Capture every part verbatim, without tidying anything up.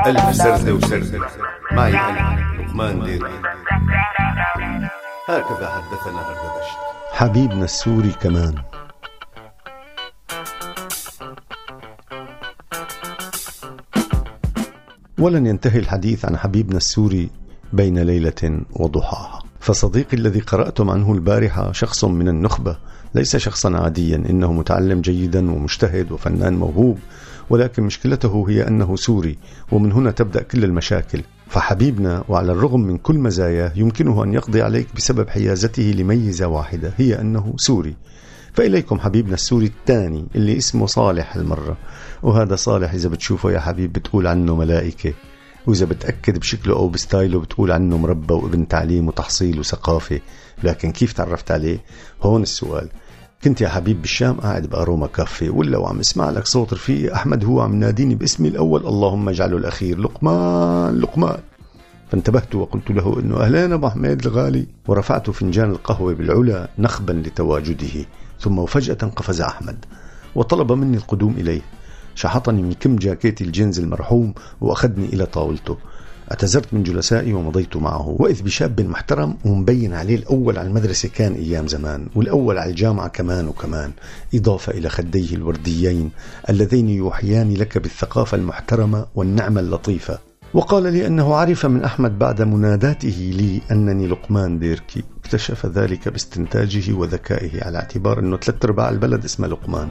ألف سردة وسردة معي أنا لقمان ديركي. هكذا حدثنا هردبشت حبيبنا السوري كمان. ولن ينتهي الحديث عن حبيبنا السوري بين ليلة وضحاها، فصديقي الذي قرأتم عنه البارحة شخص من النخبة، ليس شخصا عاديا، إنه متعلم جيدا ومجتهد وفنان موهوب، ولكن مشكلته هي أنه سوري، ومن هنا تبدأ كل المشاكل. فحبيبنا وعلى الرغم من كل مزاياه يمكنه أن يقضي عليك بسبب حيازته لميزة واحدة، هي أنه سوري. فإليكم حبيبنا السوري الثاني اللي اسمه صالح المرة. وهذا صالح إذا بتشوفه يا حبيب بتقول عنه ملائكة، وإذا بتأكد بشكله أو بستايله بتقول عنه مربى وابن تعليم وتحصيل وثقافة. لكن كيف تعرفت عليه؟ هون السؤال. كنت يا حبيب بالشام قاعد بأروما كافي، ولا وعم اسمع لك صوت رفيقي أحمد هو عم ناديني باسمي الأول، اللهم اجعله الأخير، لقمان لقمان. فانتبهت وقلت له إنه أهلين أبو حميد الغالي، ورفعت فنجان القهوة بالعلا نخبا لتواجده. ثم فجأة قفز أحمد وطلب مني القدوم إليه، شحطني من كم جاكيتي الجينز المرحوم وأخذني إلى طاولته. اعتذرت من جلسائي ومضيت معه، وإذ بشاب محترم ومبين عليه الأول على المدرسة كان أيام زمان، والأول على الجامعة كمان وكمان، إضافة إلى خديه الورديين اللذين يوحيان لك بالثقافة المحترمة والنعمة اللطيفة. وقال لي أنه عرف من أحمد بعد مناداته لي أنني لقمان ديركي. اكتشف ذلك باستنتاجه وذكائه، على اعتبار أنه ثلاث أرباع البلد اسمه لقمان.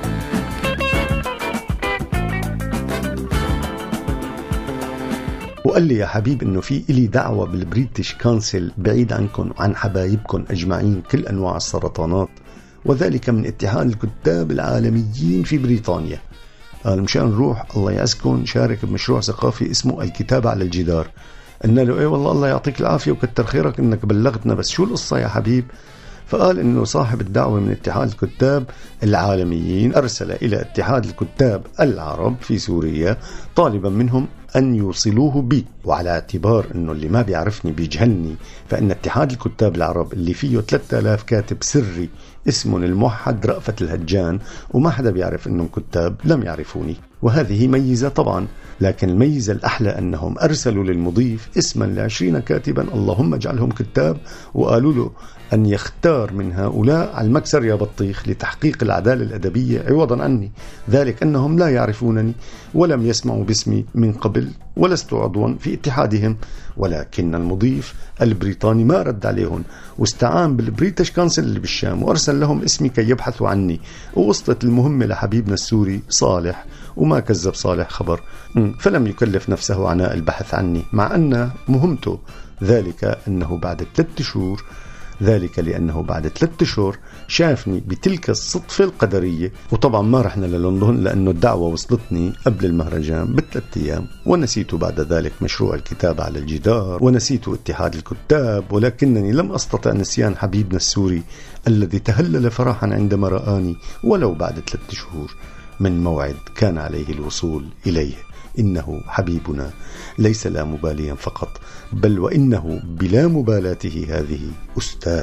وقال لي يا حبيب إنه في إلي دعوة بالبريتش كونسل بعيد عنكم وعن حبايبكم أجمعين كل أنواع السرطانات، وذلك من اتحاد الكتاب العالميين في بريطانيا. قال مشان نروح الله يعزكم شارك بمشروع ثقافي اسمه الكتابة على الجدار. قلنا له ايه والله الله يعطيك العافية وكتر خيرك انك بلغتنا، بس شو القصة يا حبيب؟ فقال انه صاحب الدعوة من اتحاد الكتاب العالميين ارسل الى اتحاد الكتاب العرب في سوريا طالبا منهم أن يوصلوه بي، وعلى اعتبار أنه اللي ما بيعرفني بيجهلني، فإن اتحاد الكتاب العرب اللي فيه ثلاثة آلاف كاتب سري اسمه الموحد رأفت الهجان، وما حدا بيعرف أنهم كتاب، لم يعرفوني، وهذه ميزة طبعا. لكن الميزة الأحلى أنهم أرسلوا للمضيف اسما لعشرين كاتبا اللهم اجعلهم كتاب، وقالوا له أن يختار من هؤلاء على المكسر يا بطيخ لتحقيق العدالة الأدبية عوضا عني، ذلك أنهم لا يعرفونني ولم يسمعوا باسمي من قبل، ولست عضوا في اتحادهم. ولكن المضيف البريطاني ما رد عليهم، واستعان بالبريتش كونسل اللي بالشام وأرسل لهم اسمي كي يبحثوا عني. ووصلت المهمة لحبيبنا السوري صالح، وما كذب صالح خبر، فلم يكلف نفسه عناء البحث عني، مع أن مهمته ذلك أنه بعد ثلاثة شهور ذلك لأنه بعد ثلاثة شهور شافني بتلك الصدفة القدرية. وطبعا ما رحنا للندن لأنه الدعوة وصلتني قبل المهرجان بثلاث أيام، ونسيت بعد ذلك مشروع الكتابة على الجدار، ونسيت اتحاد الكتاب، ولكنني لم أستطع نسيان حبيبنا السوري الذي تهلل فرحا عندما رآني ولو بعد ثلاثة شهور من موعد كان عليه الوصول إليه. إنه حبيبنا ليس لا مباليا فقط، بل وإنه بلا مبالاته هذه أستاذ،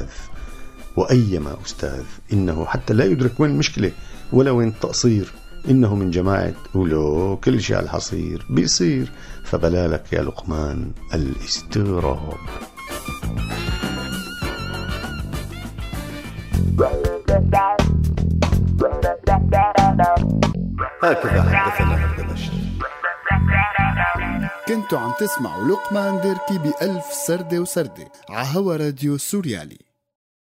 وأيما أستاذ، إنه حتى لا يدرك وين المشكلة ولا وين التقصير. إنه من جماعة ولو كل شيء على الحصير بيصير، فبلالك يا لقمان الاستغراب. هكذا حدثنا هردبشت. كنتوا عم تسمعوا لقمان ديركي بألف سردة وسردة على هوا راديو سوريالي.